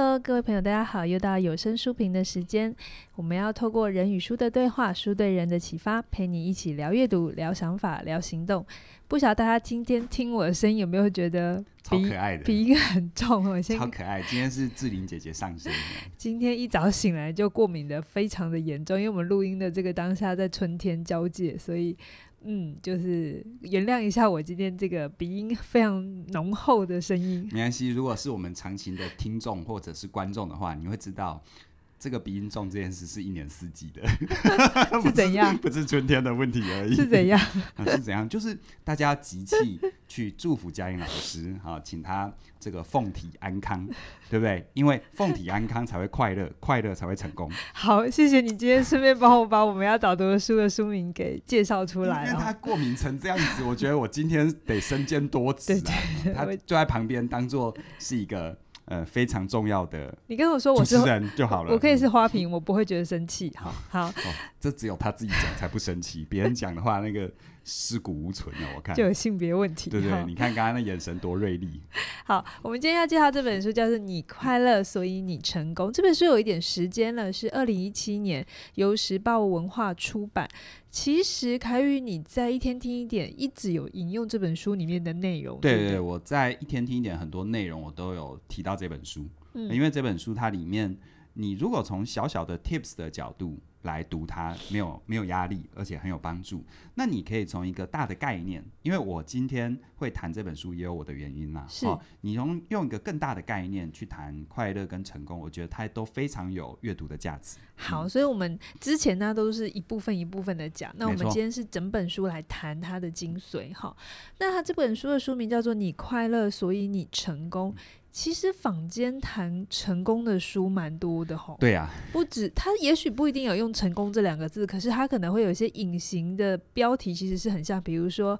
Hello， 各位朋友，大家好，又到有声书评的时间。我们要透过人与书的对话，书对人的启发，陪你一起聊阅读、聊想法、聊行动。不晓得大家今天听我的声音有没有觉得超可爱的， 鼻音很重？ 超可爱。今天是志玲姐姐上身。 今天一早醒来就过敏的非常的严重，因为我们录音的这个当下在春天交界，所以就是原谅一下我今天这个鼻音非常浓厚的声音。 没关系，如果是我们长期的听众或者是观众的话，你会知道这个鼻音重这件事是一年四季的。 是怎样？ 不是春天的问题而已。 是怎样？ 是怎样？就是大家集气去祝福嘉玲老师，请他这个凤体安康，对不对？因为凤体安康才会快乐，快乐才会成功。 好，谢谢你今天顺便帮我把我们要导读的书的书名给介绍出来。 因为他过敏成这样子，我觉得我今天得身兼多职。对，他就在旁边当做是一个非常重要的， 你跟我说我是主持人就好了。 我可以是花瓶，我不会觉得生气。好， 这只有他自己讲才不生气，别人讲的话那个尸骨无存了，我看就有性别问题。 对对，你看刚刚那眼神多锐利。 好，我们今天要介绍这本书叫做《你快乐，所以你成功》。这本书有一点时间了，是2017年由时报文化出版。其实凯宇你在一天听一点一直有引用这本书里面的内容。 对对，我在一天听一点很多内容我都有提到这本书。因为这本书它里面你如果从小小的 tips 的角度来读它，没有压力，而且很有帮助。那你可以从一个大的概念，因为我今天会谈这本书也有我的原因啦。你用一个更大的概念去谈快乐跟成功，我觉得它都非常有阅读的价值。 好，所以我们之前呢都是一部分一部分的讲，那我们今天是整本书来谈它的精髓。那它这本书的书名叫做《你快乐，所以你成功》。其实坊间谈成功的书蛮多的。 对啊， 不止，他也许不一定有用成功这两个字，可是他可能会有一些隐形的标题，其实是很像，比如说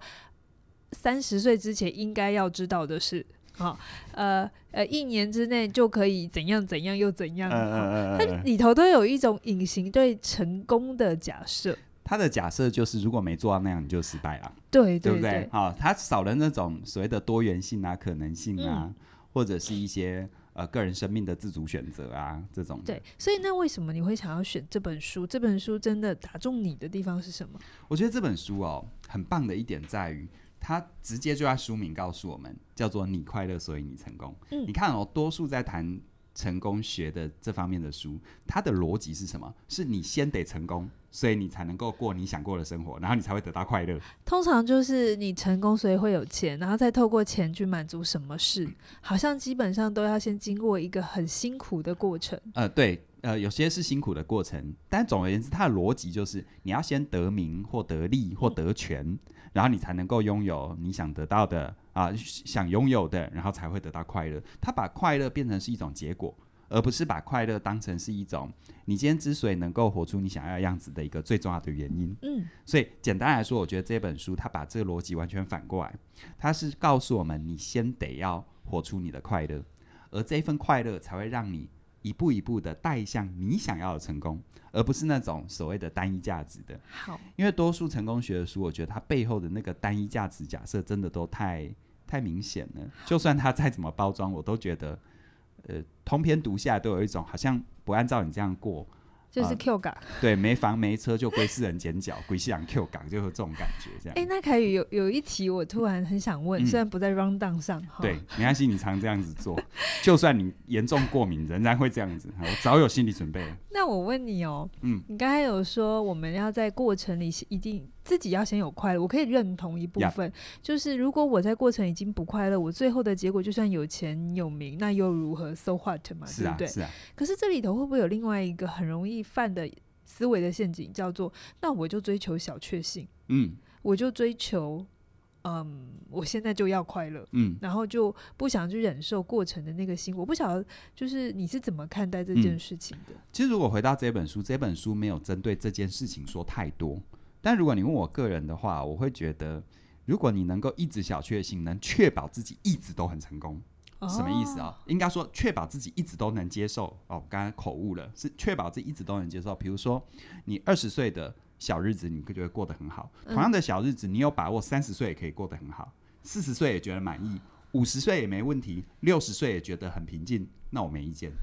30岁之前应该要知道的事，1年之内就可以怎样怎样又怎样。它里头都有一种隐形对成功的假设。 他的假设就是如果没做到那样你就失败了。 对不对？他少了那种所谓的多元性啊、可能性啊，或者是一些个人生命的自主选择啊，这种的。 对，所以那为什么你会想要选这本书？这本书真的打中你的地方是什么？ 我觉得这本书很棒的一点在于它直接就在书名告诉我们，叫做你快乐所以你成功。你看多数在谈成功学的这方面的书，它的逻辑是什么？是你先得成功，所以你才能够过你想过的生活，然后你才会得到快乐。 通常就是你成功所以会有钱，然后再透过钱去满足什么事，好像基本上都要先经过一个很辛苦的过程。 对，有些是辛苦的过程，但总而言之它的逻辑就是你要先得名或得利或得权，然后你才能够拥有你想得到的想拥有的，然后才会得到快乐。他把快乐变成是一种结果，而不是把快乐当成是一种你今天之所以能够活出你想要的样子的一个最重要的原因。所以简单来说，我觉得这本书他把这个逻辑完全反过来，他是告诉我们你先得要活出你的快乐，而这一份快乐才会让你一步一步的带向你想要的成功，而不是那种所谓的单一价值的。 好， 因为多数成功学的书，我觉得它背后的那个单一价值假设真的都太明显了。就算它再怎么包装，我都觉得通篇读下来都有一种好像不按照你这样过就是 Q 港、 对，没房没车就归世人剪脚，归世人 Q 港，就是这种感觉这样。 那凯宇有一题我突然很想问，虽然不在 round down 上。 对，没关系，你常这样子做，就算你严重过敏仍然会这样子，我早有心理准备了。 那我问你你刚才有说我们要在过程里一定自己要先有快乐，我可以认同一部分，就是如果我在过程已经不快乐，我最后的结果就算有钱有名，那又如何 ？So what 嘛，对不对？ 是啊。 可是这里头会不会有另外一个很容易犯的思维的陷阱，叫做那我就追求小确幸，我就追求我现在就要快乐，然后就不想去忍受过程的那个辛苦。我不晓得就是你是怎么看待这件事情的？ 其实如果回到这本书没有针对这件事情说太多，但如果你问我个人的话，我会觉得如果你能够一直小确幸，能确保自己一直都很成功。什么意思应该说确保自己一直都能接受我刚才口误了，是确保自己一直都能接受。比如说你20岁的小日子你觉得过得很好，同样的小日子你有把握30岁也可以过得很好，40岁也觉得满意，50岁也没问题，60岁也觉得很平静，那我没意见。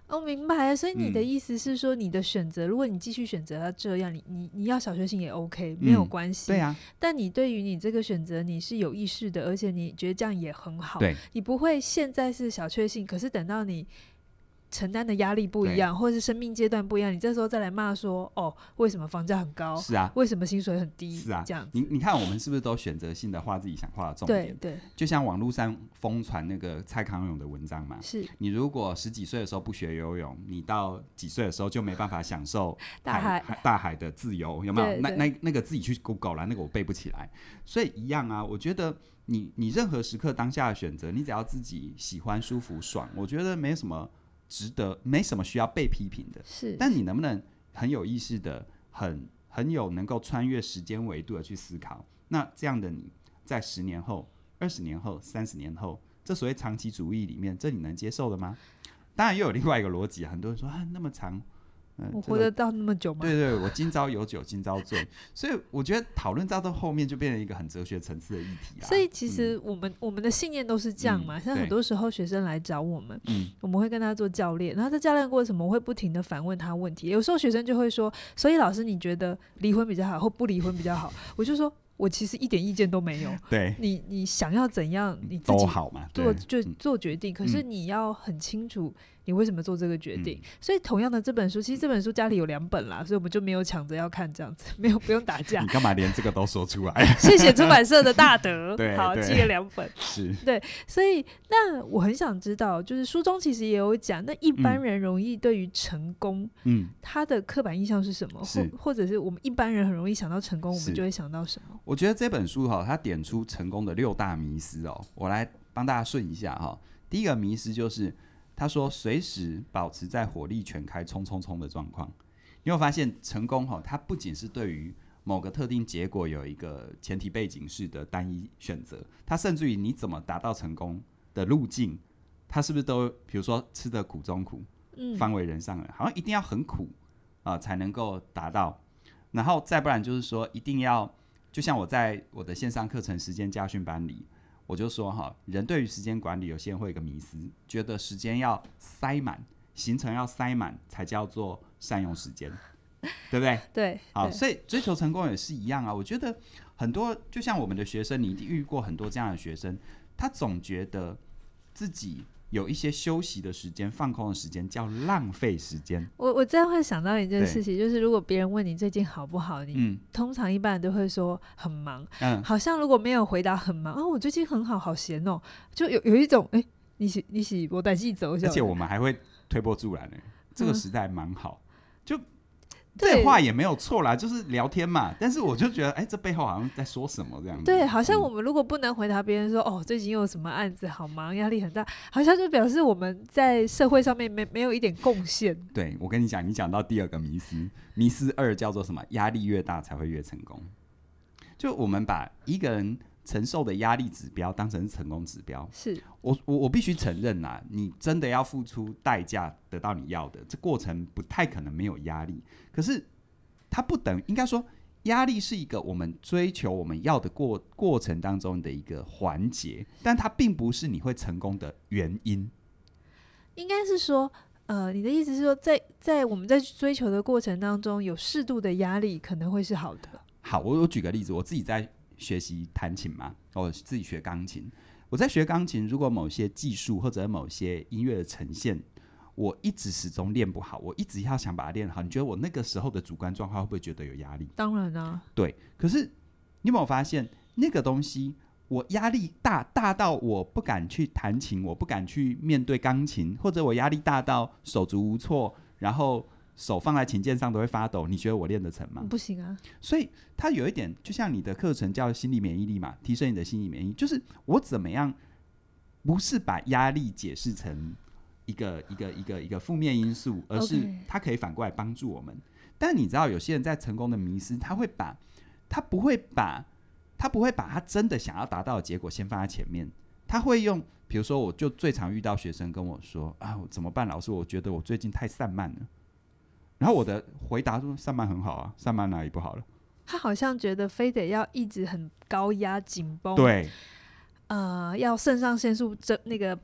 哦，明白。所以你的意思是说，你的选择，如果你继续选择要这样，你要小确幸也 OK， 没有关系。 对啊。 但你对于你这个选择，你是有意识的，而且你觉得这样也很好。 对， 你不会现在是小确幸，可是等到你承担的压力不一样，或者是生命阶段不一样，你这时候再来骂说，哦，为什么房价很高？ 是啊， 为什么薪水很低？ 是啊， 这样子。 你看我们是不是都选择性的画自己想画的重点？ 对， 就像网络上疯传那个蔡康永的文章嘛， 是你如果10几岁的时候不学游泳，你到几岁的时候就没办法享受大海的自由，有没有？那个自己去 Google 啦，那个我背不起来。所以一样啊，我觉得你任何时刻当下的选择，你只要自己喜欢、舒服、爽，我觉得没什么值得，没什么需要被批评的。 是， 但你能不能很有意识的、很有能够穿越时间维度的去思考？那这样的你在10年后、20年后、30年后，这所谓长期主义里面，这你能接受的吗？当然，又有另外一个逻辑，很多人说啊，那么长。 我活得到那么久吗？ 对，我今朝有酒今朝醉，所以我觉得讨论到后面就变成一个很哲学层次的议题啦。 所以其实我们的信念都是这样嘛，像很多时候学生来找我们，我们会跟他做教练，然后在教练过程我们会不停的反问他问题，有时候学生就会说，所以老师你觉得离婚比较好或不离婚比较好？我就说我其实一点意见都没有， 对， 你想要怎样你自己都好嘛， 做决定，可是你要很清楚你为什么做这个决定。所以同样的这本书，其实这本书家里有2本啦，所以我们就没有抢着要看，这样子不用打架。 你干嘛连这个都说出来？ 谢谢出版社的大德好对， 寄了2本。 是， 对，所以那我很想知道，就是书中其实也有讲，那一般人容易对于成功，他的刻板印象是什么？或者是我们一般人很容易想到成功，我们就会想到什么？ 我觉得这本书它点出成功的6大迷思我来帮大家顺一下第一个迷思就是他说随时保持在火力全开冲冲冲的状况。你有发现成功它不仅是对于某个特定结果有一个前提背景式的单一选择，它甚至于你怎么达到成功的路径，它是不是都比如说吃得苦中苦，方为人上人，好像一定要很苦才能够达到。然后再不然就是说一定要，就像我在我的线上课程时间驾训班里，我就说人对于时间管理有些人会有一个迷思，觉得时间要塞满，行程要塞满才叫做善用时间，对不对？ 对， 好，所以追求成功也是一样啊。我觉得很多就像我们的学生，你一定遇过很多这样的学生，他总觉得自己有一些休息的时间、放空的时间叫浪费时间。 我这样会想到一件事情，就是如果别人问你最近好不好，你通常一般人都会说很忙，好像如果没有回答很忙我最近很好，好闲哦，就有一种你是我带记走， 而且我们还会推波助澜这个时代蛮好，就这话也没有错啦，就是聊天嘛。但是我就觉得，这背后好像在说什么这样子。 对，好像我们如果不能回答别人说，最近又有什么案子，好忙，压力很大，好像就表示我们在社会上面没有一点贡献。 对，我跟你讲，你讲到第2个迷思，迷思2叫做什么？压力越大才会越成功。就我们把一个人承受的压力指标当成是成功指标， 是我必须承认啦，你真的要付出代价得到你要的，这过程不太可能没有压力。可是它不等，应该说压力是一个我们追求我们要的过程当中的一个环节，但它并不是你会成功的原因。 应该是说你的意思是说在我们在追求的过程当中有适度的压力可能会是好的。 好，我举个例子，我自己在学习弹琴嘛，我自己学钢琴。我在学钢琴，如果某些技术或者某些音乐的呈现，我一直始终练不好，我一直要想把它练好，你觉得我那个时候的主观状况会不会觉得有压力？ 当然啊， 对。可是你有没有发现，那个东西我压力大到我不敢去弹琴，我不敢去面对钢琴，或者我压力大到手足无措，然后手放在琴键上都会发抖，你觉得我练得成吗？ 不行啊。 所以它有一点就像你的课程叫心理免疫力嘛，提升你的心理免疫力，就是我怎么样不是把压力解释成一个负面因素，而是它可以反过来帮助我们。但你知道有些人在成功的迷思，他不会把他真的想要达到的结果先放在前面，他会用，比如说我就最常遇到学生跟我说怎么办老师，我觉得我最近太散漫了。然后我的回答说散漫很好啊，散漫哪里不好了？ 他好像觉得非得要一直很高压紧绷， 对， 要肾上腺素那个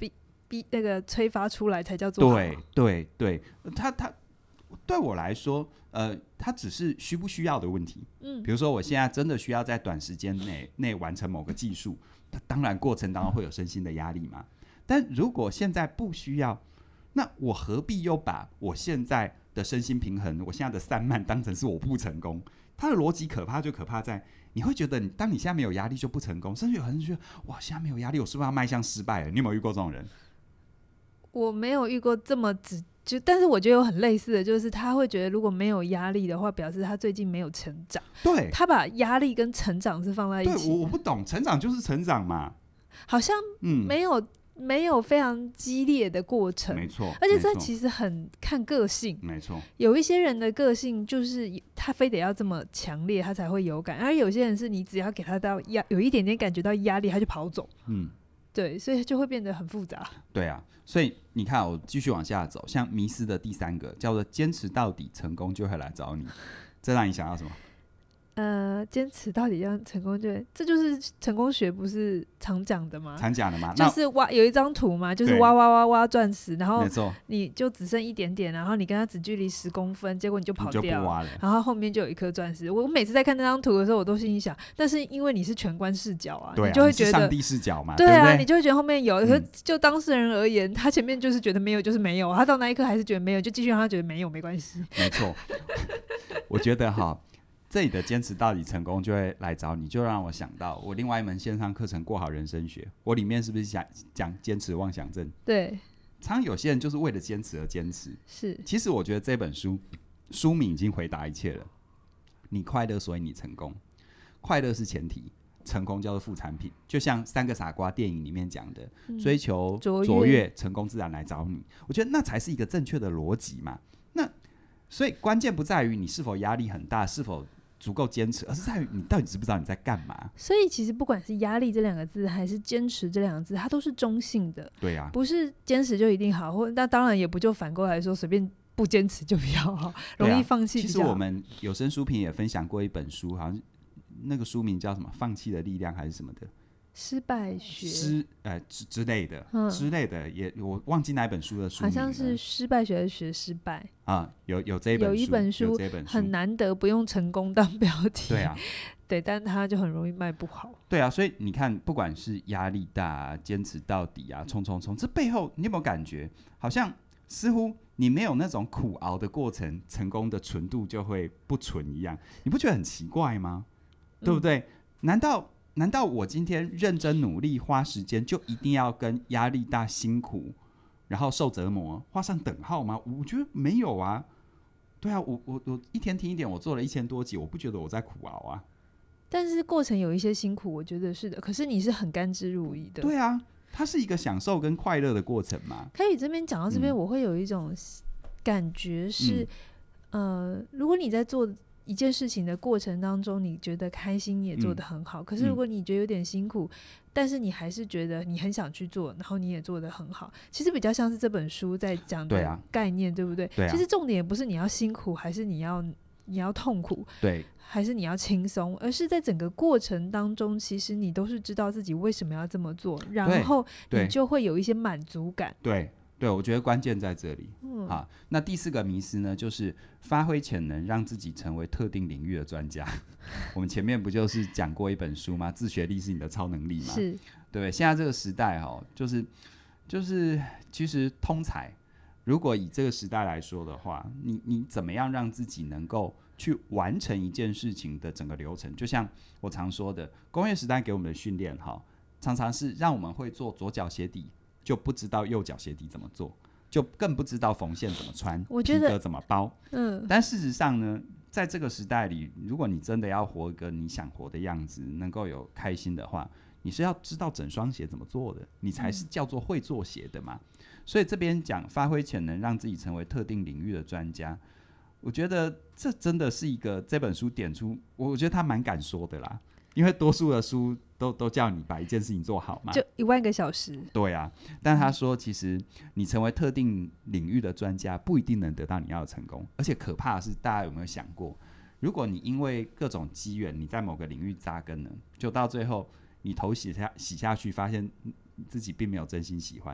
那个催发出来才叫做好。 对对对，他对我来说，它只是需不需要的问题。比如说我现在真的需要在短时间内完成某个技术，当然过程当中会有身心的压力嘛。但如果现在不需要，那我何必又把我现在的身心平衡，我现在的散漫当成是我不成功？它的逻辑可怕就可怕在，你会觉得当你现在没有压力就不成功，甚至有人觉得哇，现在没有压力，我是不是要迈向失败了？你有没有遇过这种人？ 我没有遇过这么但是我觉得有很类似的，就是他会觉得如果没有压力的话，表示他最近没有成长。 对， 他把压力跟成长是放在一起。 对，我不懂，成长就是成长嘛， 好像没有非常激烈的过程， 没错。 而且这其实很看个性， 没错。 有一些人的个性就是他非得要这么强烈，他才会有感，而有些人是你只要给他到有一点点感觉到压力，他就跑走。对，所以就会变得很复杂。 对啊，所以你看，我继续往下走，像迷思的第3个叫做坚持到底，成功就会来找你。这让你想到什么？ 坚持到底让成功这就是成功学不是常讲的吗？ 常讲的吗？ 就是有一张图嘛，就是挖钻石，然后你就只剩一点点，然后你跟它只距离10公分，结果你就跑掉， 你就不挖了， 然后后面就有一颗钻石。我每次在看那张图的时候，我都心里想，但是因为你是全观视角啊， 对啊， 你就会觉得你是上帝视角嘛， 对啊， 对不对？ 你就会觉得后面有。可是就当事人而言，他前面就是觉得没有，就是没有，他到那一刻还是觉得没有，就继续让他觉得没有，没关系。 没错，我觉得这里的坚持到底，成功就会来找你，就让我想到我另外一门线上课程《过好人生学》，我里面是不是讲坚持妄想症？ 对， 常常有些人就是为了坚持而坚持。 是， 其实我觉得这本书名已经回答一切了。你快乐，所以你成功。快乐是前提，成功叫做副产品。就像《3个傻瓜》电影里面讲的，追求卓越，成功自然来找你。我觉得那才是一个正确的逻辑嘛。那所以关键不在于你是否压力很大，是否足够坚持，而是在于你到底知不知道你在干嘛。 所以其实不管是压力这2个字还是坚持这2个字，它都是中性的。 对啊， 不是坚持就一定好，那当然也不就反过来说随便不坚持就比较好，容易放弃比较好。 其实我们有声书评也分享过一本书，好像那个书名叫什么放弃的力量还是什么的， 失败学之类的、之类的，也我忘记哪本书的书名了， 好像是失败学还是学失败啊？有这一本书， 有一本书很难得不用成功当标题， 对啊， 对，但它就很容易卖不好。 对啊，所以你看，不管是压力大啊、坚持到底啊、冲，这背后你有没有感觉，好像似乎你没有那种苦熬的过程，成功的纯度就会不纯一样，你不觉得很奇怪吗？对不对？难道我今天认真努力花时间，就一定要跟压力大、辛苦，然后受折磨画上等号吗？我觉得没有啊。对啊，我一天听一点，我做了1000多集，我不觉得我在苦熬啊。 但是过程有一些辛苦，我觉得是的。可是你是很甘之如饴的。 对啊，它是一个享受跟快乐的过程嘛。 可以这边讲到这边，我会有一种感觉是，如果你在做一件事情的过程当中，你觉得开心，你也做得很好。可是如果你觉得有点辛苦，但是你还是觉得你很想去做，然后你也做得很好，其实比较像是这本书在讲的概念，对不对？ 对啊， 其实重点也不是你要辛苦，还是你要痛苦， 对， 还是你要轻松，而是在整个过程当中，其实你都是知道自己为什么要这么做，然后你就会有一些满足感。 对，我觉得关键在这里。好，那第4个迷思呢，就是发挥潜能，让自己成为特定领域的专家。我们前面不就是讲过一本书吗？自学力是你的超能力嘛？ 是， 对。现在这个时代就是其实通才，如果以这个时代来说的话，你怎么样让自己能够去完成一件事情的整个流程？就像我常说的，工业时代给我们的训练常常是让我们会做左脚鞋底，就不知道右脚鞋底怎么做，就更不知道缝线怎么穿， 我觉得皮革怎么包。但事实上呢，在这个时代里，如果你真的要活一个你想活的样子，能够有开心的话，你是要知道整双鞋怎么做的，你才是叫做会做鞋的嘛。所以这边讲发挥潜能，让自己成为特定领域的专家，我觉得这真的是一个这本书点出，我觉得他蛮敢说的啦。因为多数的书都叫你把一件事情做好嘛， 就10000个小时。 对啊，但他说其实你成为特定领域的专家不一定能得到你要的成功，而且可怕的是，大家有没有想过，如果你因为各种机缘你在某个领域扎根了，就到最后你头洗下去发现自己并没有真心喜欢，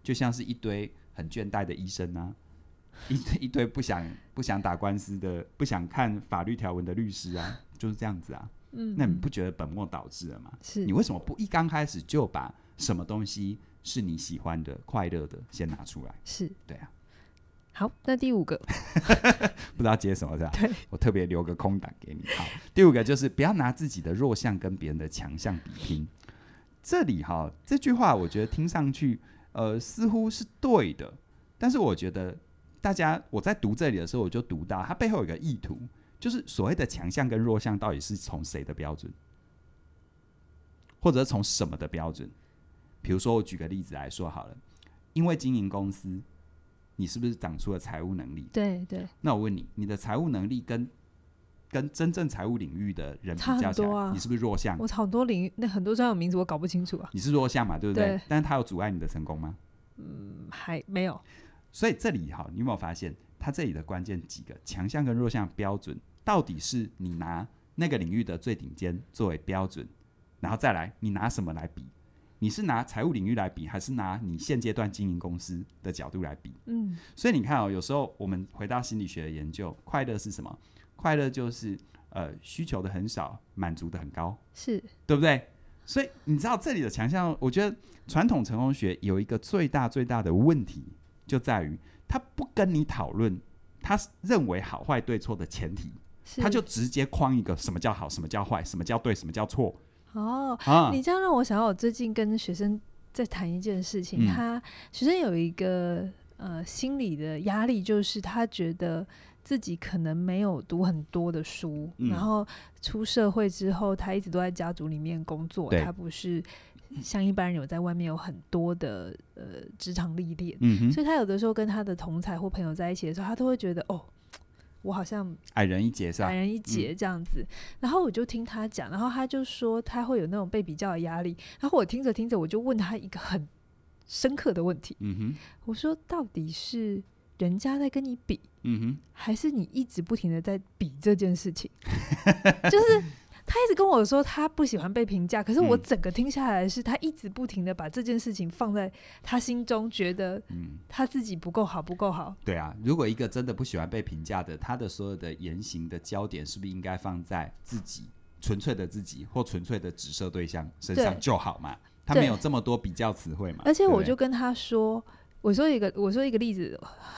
就像是一堆很倦怠的医生啊，一堆不想打官司的，不想看法律条文的律师啊，就是这样子啊。那你不觉得本末倒置了吗？ 是你为什么不一刚开始就把什么东西是你喜欢的、快乐的先拿出来？ 是， 对啊。 好，那第5个不知道接什么是吧？ 对， 我特别留个空档给你。好，第5个就是不要拿自己的弱项跟别人的强项比拼。这里这句话我觉得听上去似乎是对的，但是我觉得我在读这里的时候，我就读到它背后有一个意图，就是所谓的强项跟弱项到底是从谁的标准，或者是从什么的标准。比如说我举个例子来说好了，因为经营公司你是不是长出了财务能力？ 对对。 那我问你，你的财务能力跟真正财务领域的人比较起来，你是不是弱项？ 我好多领域，那很多专有名词我搞不清楚啊。 你是弱项嘛，对不对？ 对。 但是它有阻碍你的成功吗？ 还没有。 所以这里你有没有发现，它这里的关键几个强项跟弱项标准，到底是你拿那个领域的最顶尖作为标准，然后再来你拿什么来比？你是拿财务领域来比，还是拿你现阶段经营公司的角度来比？所以你看有时候我们回到心理学的研究，快乐是什么？快乐就是需求的很少，满足的很高，是对不对？所以你知道这里的强项，我觉得传统成功学有一个最大的问题，就在于他不跟你讨论他认为好坏对错的前提，他就直接框一个什么叫好，什么叫坏，什么叫对，什么叫错。 你这样让我想到我最近跟学生在谈一件事情，学生有一个心理的压力，就是他觉得自己可能没有读很多的书，然后出社会之后他一直都在家族里面工作，他不是像一般人有在外面有很多的职场历练，所以他有的时候跟他的同侪或朋友在一起的时候，他都会觉得我好像矮人一截，是吧？ 矮人一截这样子，然后我就听他讲，然后他就说他会有那种被比较的压力，然后我听着听着，我就问他一个很深刻的问题，我说到底是人家在跟你比，还是你一直不停的在比这件事情？就是他一直跟我说他不喜欢被评价，可是我整个听下来是他一直不停的把这件事情放在他心中，觉得他自己不够好。 对啊，如果一个真的不喜欢被评价的，他的所有的言行的焦点是不是应该放在自己纯粹的自己或纯粹的指涉对象身上就好嘛？他没有这么多比较词汇嘛？ 而且我就跟他说，我说一个例子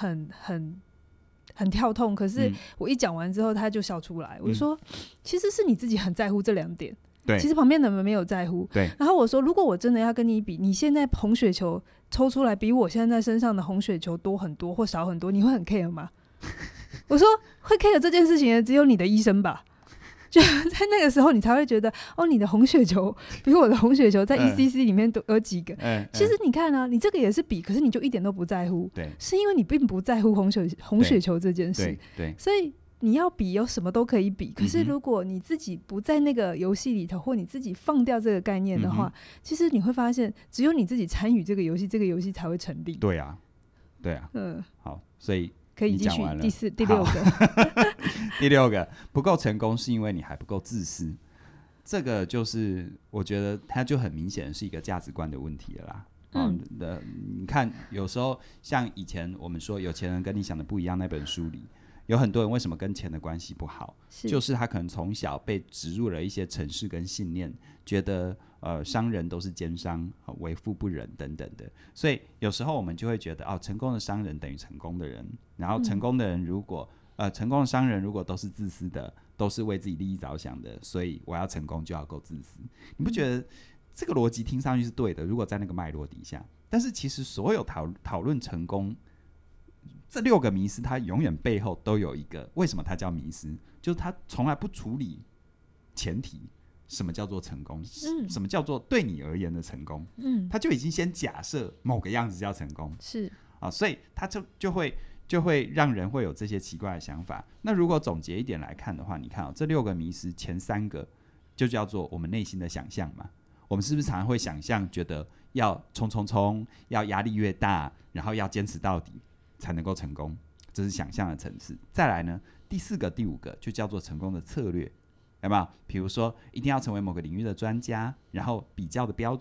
很跳痛，可是我一讲完之后他就笑出来，我说其实是你自己很在乎这2点，对，其实旁边的人没有在乎，对。然后我说如果我真的要跟你比，你现在红血球抽出来比我现在身上的红血球多很多或少很多，你会很 care 吗？我说会 care 这件事情的只有你的医生吧，就在那个时候你才会觉得你的红血球比我的红血球在 ECC 里面都有几个，其实你看啊，你这个也是比，可是你就一点都不在乎，对，是因为你并不在乎红血球这件事，对，所以你要比有什么都可以比，可是如果你自己不在那个游戏里头，或你自己放掉这个概念的话，其实你会发现只有你自己参与这个游戏，这个游戏才会成立。 对啊好，所以可以继续第6个第6个不够成功是因为你还不够自私，这个就是我觉得它就很明显是一个价值观的问题了啦。你看有时候像以前我们说有钱人跟你想的不一样那本书里，有很多人为什么跟钱的关系不好，就是他可能从小被植入了一些程式跟信念，觉得商人都是奸商，为富不仁等等的，所以有时候我们就会觉得成功的商人等于成功的人，然后成功的人如果成功的商人如果都是自私的，都是为自己利益着想的，所以我要成功就要够自私。你不觉得这个逻辑听上去是对的，如果在那个脉络底下，但是其实所有讨论成功这6个迷思，它永远背后都有一个为什么它叫迷思，就是它从来不处理前提，什么叫做成功，什么叫做对你而言的成功，他就已经先假设某个样子叫成功，是所以他就会让人会有这些奇怪的想法。那如果总结一点来看的话，你看这6个迷思前3个就叫做我们内心的想象嘛，我们是不是常常会想象觉得要冲，要压力越大，然后要坚持到底才能够成功，这是想象的层次。再来呢，第4个第5个就叫做成功的策略，有没有？比如说一定要成为某个领域的专家，然后比较的标准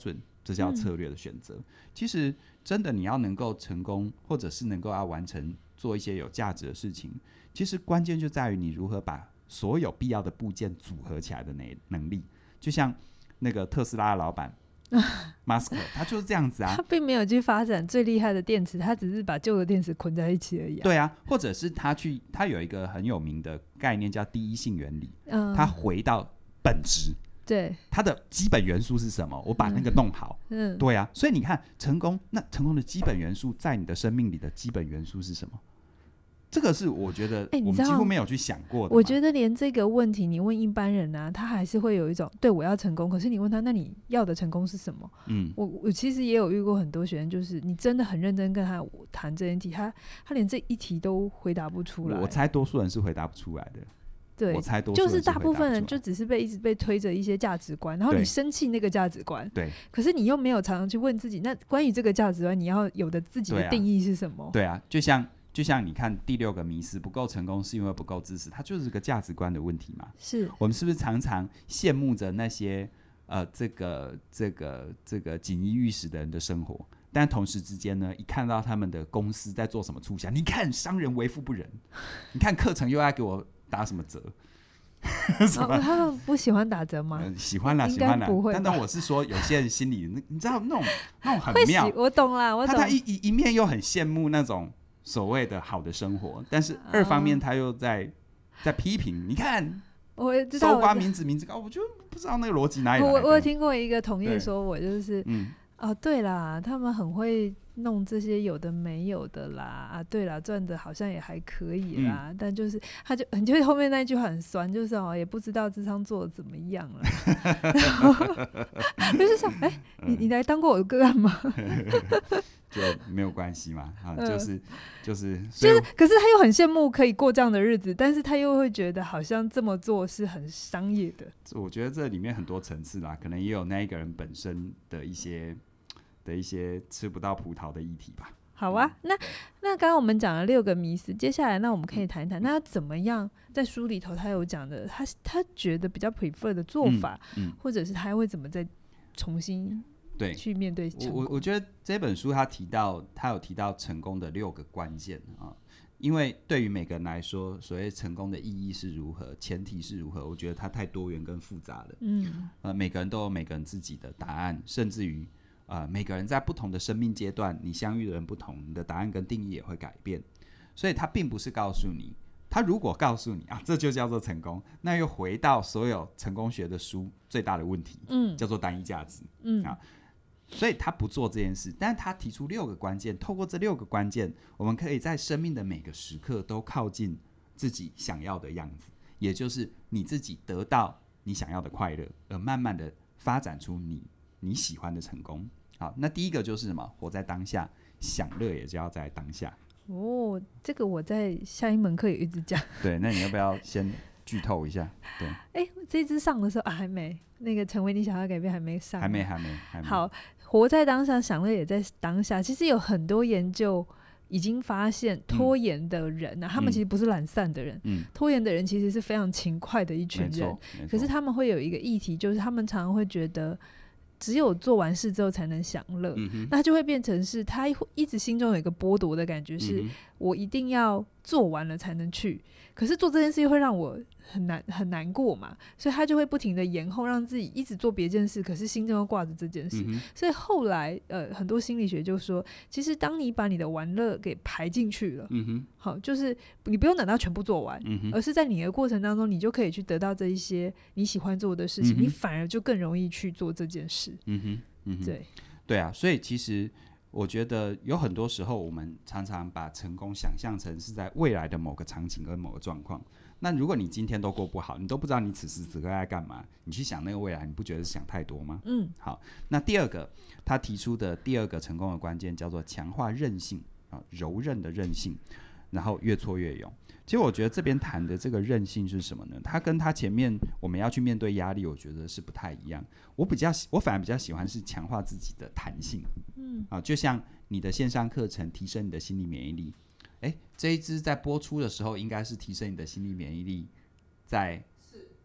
这叫策略的选择。其实真的你要能够成功，或者是能够要完成做一些有价值的事情，其实关键就在于你如何把所有必要的部件组合起来的能力。就像那个特斯拉的老板马斯克，他就是这样子啊， 他并没有去发展最厉害的电池，他只是把旧的电池捆在一起而已对啊，或者是他有一个很有名的概念叫第一性原理，他回到本质， 对， 它的基本元素是什么？我把那个弄好。对啊，所以你看成功的基本元素，在你的生命里的基本元素是什么？这个是我觉得我们几乎没有去想过的。 我觉得连这个问题你问一般人啊，他还是会有一种对我要成功，可是你问他那你要的成功是什么？我其实也有遇过很多学生，就是你真的很认真跟他谈这一题，他连这一题都回答不出来。 我猜多数人是回答不出来的。 对， 我猜多数人就是大部分人就只是一直被推着一些价值观，然后你生气那个价值观， 对， 可是你又没有常常去问自己，那关于这个价值观你要有的自己的定义是什么？ 对啊，就像你看第6个迷思，不够成功是因为不够知识，它就是个价值观的问题嘛。 是我们是不是常常羡慕着那些这个锦衣玉食的人的生活，但同时之间呢，一看到他们的公司在做什么促销，你看商人为富不仁，你看课程又要给我打什么折他们不喜欢打折吗？ 喜欢啦，喜欢啦。但我是说，有些人心里，你知道那种很妙， 我懂啦，我懂。 他一面又很羡慕那种所谓的好的生活，但是二方面他又在批评。你看， 我知道， 搜刮名字高，我就不知道那个逻辑哪里来的。 我有听过一个同业说我就是，对啦，他们很会弄这些有的没有的啦，对啦，赚的好像也还可以啦，但就是你就后面那句话很酸，就是也不知道智商做的怎么样了，然后就是说，你来当过我的个案吗？ 就没有关系嘛，就是， 可是他又很羡慕可以过这样的日子，但是他又会觉得好像这么做是很商业的。 我觉得这里面很多层次啦，可能也有那一个人本身的一些吃不到葡萄的议题吧。 好啊，那刚刚我们讲了6个迷思，接下来那我们可以谈一谈，那要怎么样在书里头他有讲的，他觉得比较 prefer 的做法，或者是他会怎么再重新去面对成功。 我觉得这本书他有提到成功的6个关键啊，因为对于每个人来说，所谓成功的意义是如何，前提是如何，我觉得它太多元跟复杂了。每个人都有每个人自己的答案，甚至于每个人在不同的生命阶段，你相遇的人不同，你的答案跟定义也会改变。所以他并不是告诉你，他如果告诉你这就叫做成功，那又回到所有成功学的书最大的问题，叫做单一价值。所以他不做这件事，但是他提出6个关键，透过这6个关键，我们可以在生命的每个时刻都靠近自己想要的样子，也就是你自己得到你想要的快乐，而慢慢的发展出你喜欢的成功。好，那第一个就是什么？活在当下，享乐也就要在当下。 这个我在下一门课也一直讲。 对，那你要不要先剧透一下？对， 这支上的时候还没，那个成为你想要改变还没上， 还没。 好，活在当下，享乐也在当下。其实有很多研究已经发现，拖延的人他们其实不是懒散的人，拖延的人其实是非常勤快的一群人。可是他们会有一个议题，就是他们常常会觉得只有做完事之后才能享乐，那就会变成是他一直心中有一个剥夺的感觉，是我一定要做完了才能去，可是做这件事又会让我很难过嘛，所以他就会不停的延后，让自己一直做别件事，可是心中又挂着这件事。所以后来很多心理学就说，其实当你把你的玩乐给排进去了，好，就是你不用等到全部做完，而是在你的过程当中，你就可以去得到这一些你喜欢做的事情，你反而就更容易去做这件事。 对啊，所以其实我觉得有很多时候我们常常把成功想象成是在未来的某个场景跟某个状况，那如果你今天都过不好，你都不知道你此时此刻在干嘛，你去想那个未来，你不觉得是想太多吗？好，那第二个他提出的第2个成功的关键叫做强化韧性，柔韧的韧性，然后越挫越勇。其实我觉得这边谈的这个韧性是什么呢？它跟他前面我们要去面对压力，我觉得是不太一样。我反而比较喜欢是强化自己的弹性。就像你的线上课程提升你的心理免疫力，这一支在播出的时候应该是提升你的心理免疫力在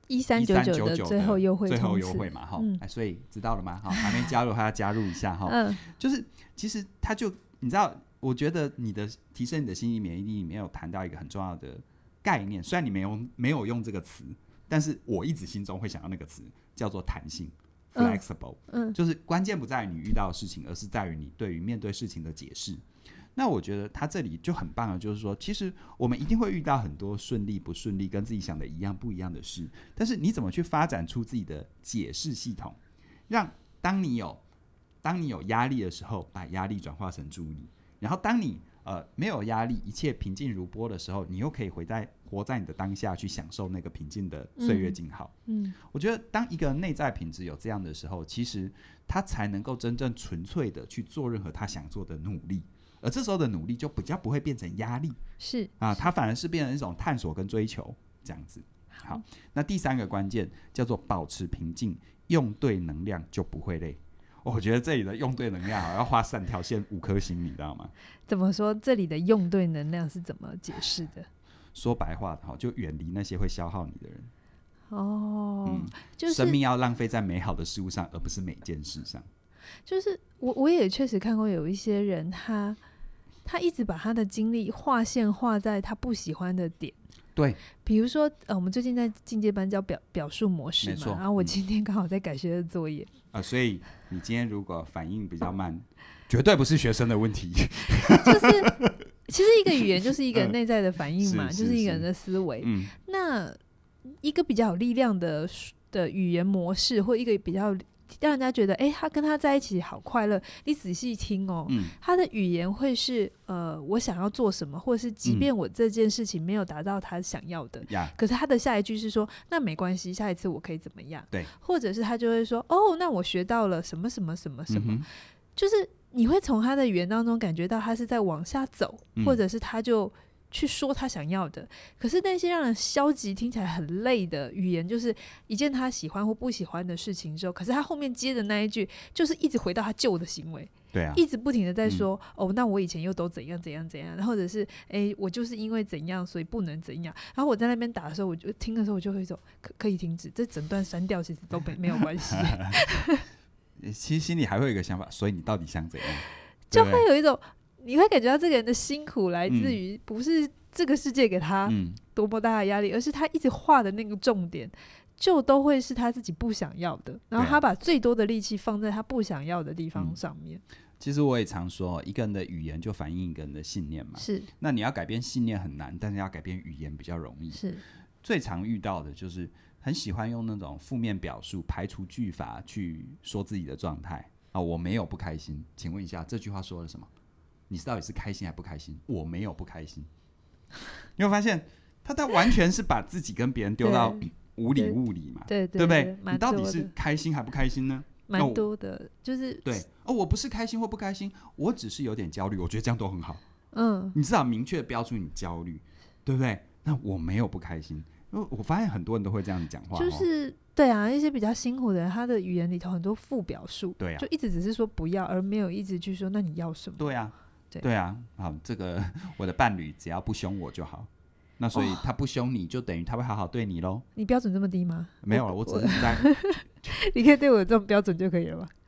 1399的最后优惠， 最后优惠嘛哈、所以知道了吗？还没加入还要加入一下哈。就是其实他就你知道，我觉得提升你的心理免疫力里面有谈到一个很重要的概念，虽然你没有用这个词，但是我一直心中会想到那个词叫做弹性 flexible，就是关键不在于你遇到的事情，而是在于你对于面对事情的解释。那我觉得他这里就很棒的，就是说其实我们一定会遇到很多顺利不顺利跟自己想的一样不一样的事，但是你怎么去发展出自己的解释系统，让当你有压力的时候把压力转化成助力，然后当你没有压力一切平静如波的时候，你又可以活在你的当下去享受那个平静的岁月静好。我觉得当一个内在品质有这样的时候，其实他才能够真正纯粹的去做任何他想做的努力，而这时候的努力就比较不会变成压力， 是它反而是变成一种探索跟追求这样子。好，那第3个关键叫做保持平静，用对能量就不会累。我觉得这里的用对能量要画3条线5颗星，你知道吗？ 怎么说？这里的用对能量是怎么解释的？ 说白话的就远离那些会消耗你的人。 就是生命要浪费在美好的事物上，而不是每件事上。 就是我也确实看过有一些人，他一直把他的精力划线画在他不喜欢的点。 对， 比如说我们最近在进阶班教表述模式嘛，然后我今天刚好在改学的作业， 所以你今天如果反应比较慢，绝对不是学生的问题。 就是其实一个语言就是一个内在的反应嘛，就是一个人的思维。那一个比较有力量的语言模式，或一个比较让人家觉得他跟他在一起好快乐，你仔细听他的语言会是我想要做什么，或者是即便我这件事情没有达到他想要的，可是他的下一句是说那没关系，下一次我可以怎么样，对，或者是他就会说那我学到了什么什么什么什么，就是你会从他的语言当中感觉到他是在往下走，或者是他就去说他想要的。可是那些让人消极听起来很累的语言，就是一件他喜欢或不喜欢的事情之后，可是他后面接的那一句就是一直回到他旧的行为，对啊，一直不停的在说那我以前又都怎样怎样怎样，或者是我就是因为怎样所以不能怎样。然后我在那边打的时候，我就听的时候我就会说可以停止，这整段删掉其实都没有关系。 其实心里还会有一个想法，所以你到底想怎样， 就会有一种你会感觉到这个人的辛苦来自于不是这个世界给他多么大的压力，而是他一直画的那个重点就都会是他自己不想要的，然后他把最多的力气放在他不想要的地方上面。 其实我也常说，一个人的语言就反映一个人的信念嘛。是，那你要改变信念很难，但是要改变语言比较容易。是，最常遇到的就是很喜欢用那种负面表述、排除句法去说自己的状态我没有不开心。请问一下，这句话说了什么？你到底是开心还不开心？我没有不开心。你会发现他完全是把自己跟别人丢到无理物理嘛，对不对？你到底是开心还不开心呢？ 蛮多的，就是对我不是开心或不开心，我只是有点焦虑，我觉得这样都很好。你至少明确标出你焦虑，对不对？那我没有不开心。我发现很多人都会这样子讲话， 就是对啊，一些比较辛苦的人，他的语言里头很多副表述，对啊，就一直只是说不要，而没有一直去说那你要什么。 对啊，好，这个我的伴侣只要不凶我就好，那所以他不凶你就等于他会好好对你咯。 你标准这么低吗？ 没有了，我只是在你可以对我这种标准就可以了吧？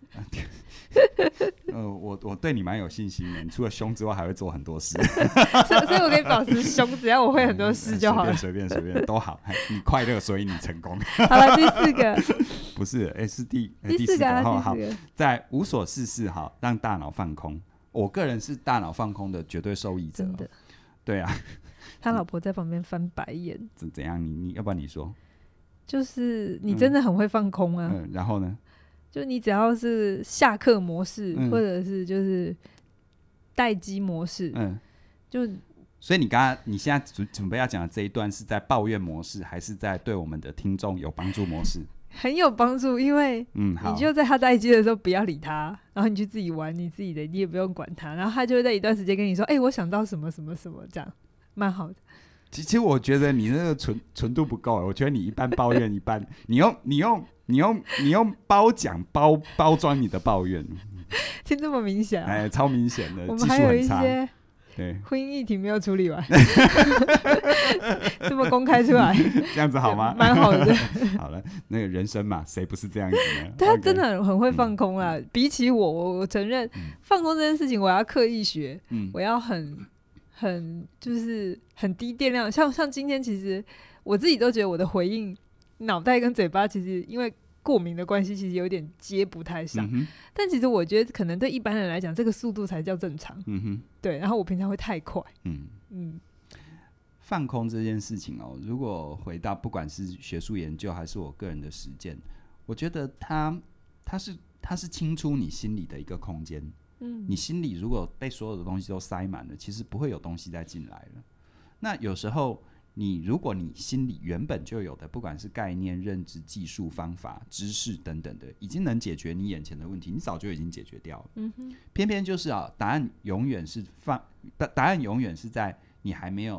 我对你蛮有信心的，你除了凶之外还会做很多事所以我可以保持凶，只要我会很多事就好了。 随便都好，你快乐所以你成功。 好了，第4个不是是第 4个好，在无所事事让大脑放空。我个人是大脑放空的绝对受益者，真的。对啊， 他老婆在旁边翻白眼。 怎样？你要不然你说， 就是你真的很会放空啊。 然后呢？ 就你只要是下课模式，或者是就是待机模式， 所以你现在准备要讲的这一段是在抱怨模式，还是在对我们的听众有帮助模式？ 很有帮助，因为你就在他待机的时候不要理他，然后你去自己玩你自己的，你也不用管他，然后他就会在一段时间跟你说我想到什么什么什么，这样蛮好的。 其实我觉得你那个纯度不够，我觉得你一半抱怨一半你用褒奖包装你的抱怨， 听这么明显超明显的， 我们还有一些对， 婚姻议题没有处理完，这么公开出来， 这样子好吗？ 蛮好的。 好了，那个人生嘛，谁不是这样子呢？ 他真的很会放空啦。比起我承认、放空这件事情，我要刻意学，我要很就是很低电量。像今天，其实我自己都觉得我的回应，脑袋跟嘴巴其实因为过敏的关系，其实有点接不太上。但其实我觉得，可能对一般人来讲，这个速度才叫正常。对。然后我平常会太快。 放空这件事情哦，如果回到不管是学术研究还是我个人的实践，我觉得它是清出你心里的一个空间。你心里如果被所有的东西都塞满了，其实不会有东西再进来了。那有时候如果你心里原本就有的，不管是概念、认知、技术、方法、知识等等的，已经能解决你眼前的问题，你早就已经解决掉了。偏偏就是答案永远是在你还没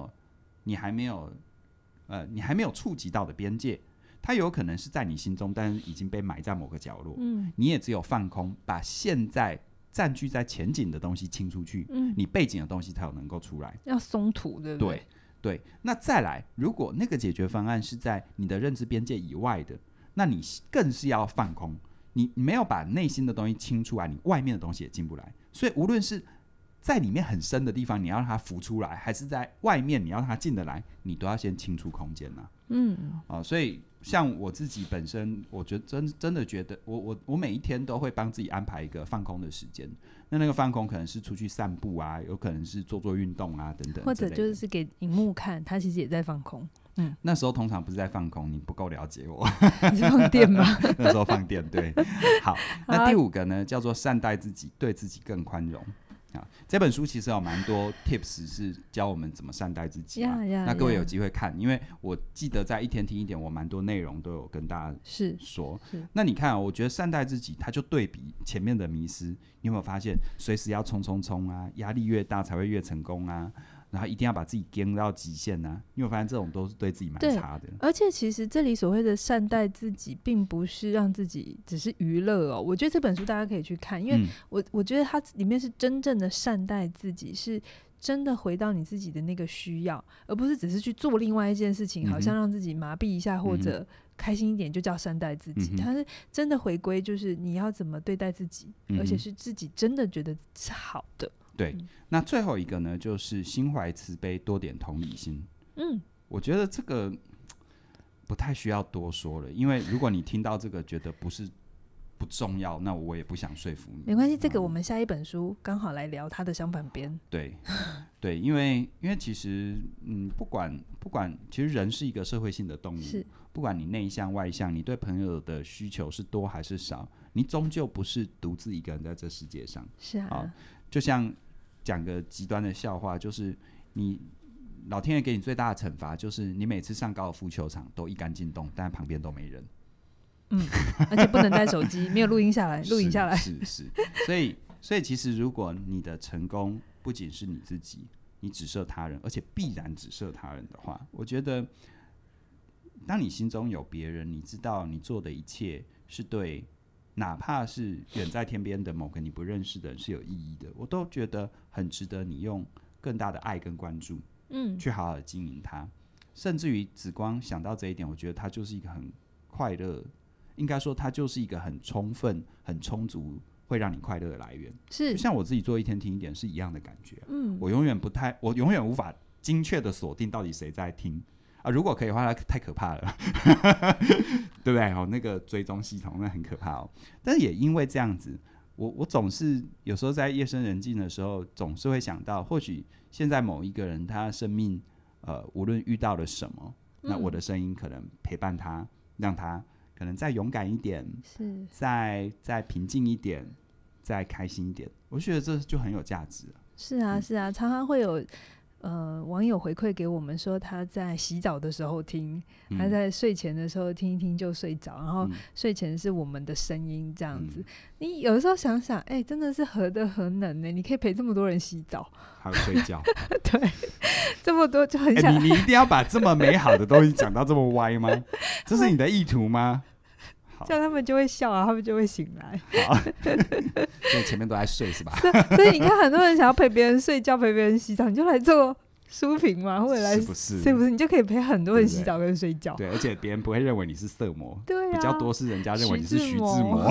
有触及到的边界。它有可能是在你心中，但是已经被埋在某个角落。你也只有放空，把现在占据在前景的东西清出去，你背景的东西才有能够出来。 要松土，对不对？ 对。那再来，如果那个解决方案是在你的认知边界以外的，那你更是要放空。你没有把内心的东西清出来，你外面的东西也进不来。所以无论是在里面很深的地方，你要让它浮出来，还是在外面你要让它进得来，你都要先清出空间啊。所以像我自己本身，我觉得真的觉得我每一天都会帮自己安排一个放空的时间。那个放空可能是出去散步啊，有可能是做运动啊等等， 或者就是给荧幕看，他其实也在放空。 那时候通常不是在放空，你不够了解我。 你是放电吗？ 那时候放电，对。好，那第5个呢，叫做善待自己，对自己更宽容。这本书其实有蛮多 tips 是教我们怎么善待自己那各位有机会看，因为我记得在一天听一点，我蛮多内容都有跟大家说。那你看我觉得善待自己，它就对比前面的迷思，你有没有发现随时要冲啊，压力越大才会越成功啊，然后一定要把自己盯到极限啊，你有发现这种都是对自己蛮差的。 而且其实这里所谓的善待自己，并不是让自己只是娱乐哦。我觉得这本书大家可以去看，因为我觉得它里面是真正的善待自己，是真的回到你自己的那个需要，而不是只是去做另外一件事情，好像让自己麻痹一下或者开心一点就叫善待自己。它是真的回归，就是你要怎么对待自己，而且是自己真的觉得是好的。 对，那最后一个呢，就是心怀慈悲，多点同理心。我觉得这个不太需要多说了，因为如果你听到这个觉得不重要，那我也不想说服你。 没关系，这个我们下一本书刚好来聊它的相反边。 对，因为其实不管，其实人是一个社会性的动物，不管你内向外向，你对朋友的需求是多还是少，你终究不是独自一个人在这世界上。 是啊， 就像讲个极端的笑话，就是老天爷给你最大的惩罚，就是你每次上高尔夫球场都一杆进洞，但旁边都没人。 而且不能带手机，没有录影下来。 是，所以其实如果你的成功不仅是你自己，你只设他人，而且必然只设他人的话，我觉得当你心中有别人，你知道你做的一切是对，哪怕是远在天边的某个你不认识的人是有意义的，我都觉得很值得你用更大的爱跟关注去好好的经营它。甚至于只光想到这一点，我觉得它就是一个很快乐，应该说它就是一个很充分很充足会让你快乐的来源。 是， 就像我自己做一天听一点是一样的感觉。我永远无法精确的锁定到底谁在听啊，如果可以的话，那太可怕了，对不对？那个追踪系统那很可怕哦。但是也因为这样子，我总是有时候在夜深人静的时候，总是会想到，或许现在某一个人他的生命，无论遇到了什么，那我的声音可能陪伴他，让他可能再勇敢一点， 是再平静一点，再开心一点。我觉得这就很有价值了。 是啊，是啊，常常会有。网友回馈给我们说，他在洗澡的时候听，他在睡前的时候听一听就睡着，然后睡前是我们的声音这样子。你有的时候想想，真的是何德何能呢？你可以陪这么多人洗澡， 还有睡觉， 对，这么多就很想。 你一定要把这么美好的东西讲到这么歪吗？这是你的意图吗？ 这样他们就会笑啊，他们就会醒来。 好，所以前面都在睡是吧？ 所以你看，很多人想要陪别人睡觉、陪别人洗澡，你就来做书评嘛，或者来是不是？ 是不是？你就可以陪很多人洗澡跟睡觉。 对，而且别人不会认为你是色魔， 对啊， 比较多是人家认为你是徐志摩。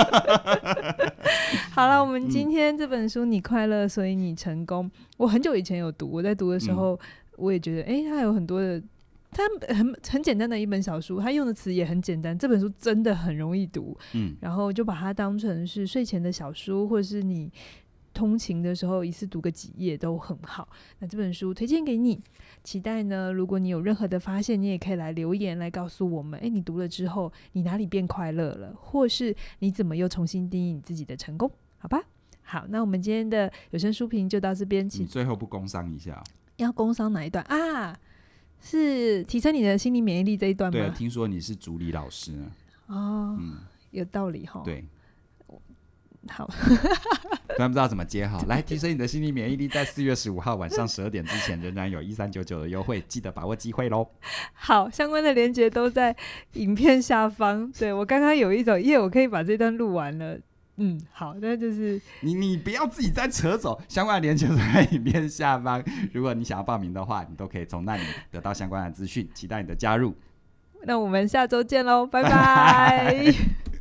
好了，我们今天这本书《你快乐，所以你成功》，我很久以前有读，我在读的时候，我也觉得，它有很多的。它很简单的一本小书，它用的词也很简单，这本书真的很容易读，然后就把它当成是睡前的小书，或者是你通勤的时候一次读个几页都很好。那这本书推荐给你，期待呢，如果你有任何的发现，你也可以来留言来告诉我们，你读了之后你哪里变快乐了，或是你怎么又重新定义你自己的成功，好吧？好，那我们今天的有声书评就到这边。 你最后不工商一下？ 要工商哪一段啊？是提升你的心理免疫力这一段吗？ 对，听说你是主理老师呢。 哦，有道理齁。 对， 好， 突然不知道怎么接好。来，提升你的心理免疫力，在4月15号晚上12点之前仍然有1399的优惠，记得把握机会咯。 好，相关的连结都在影片下方。对，我刚刚有一种我可以把这段录完了。好，那就是你不要自己再扯走，相关的连结都在影片下方。如果你想要报名的话，你都可以从那里得到相关的资讯，期待你的加入。 那我们下周见咯，拜拜。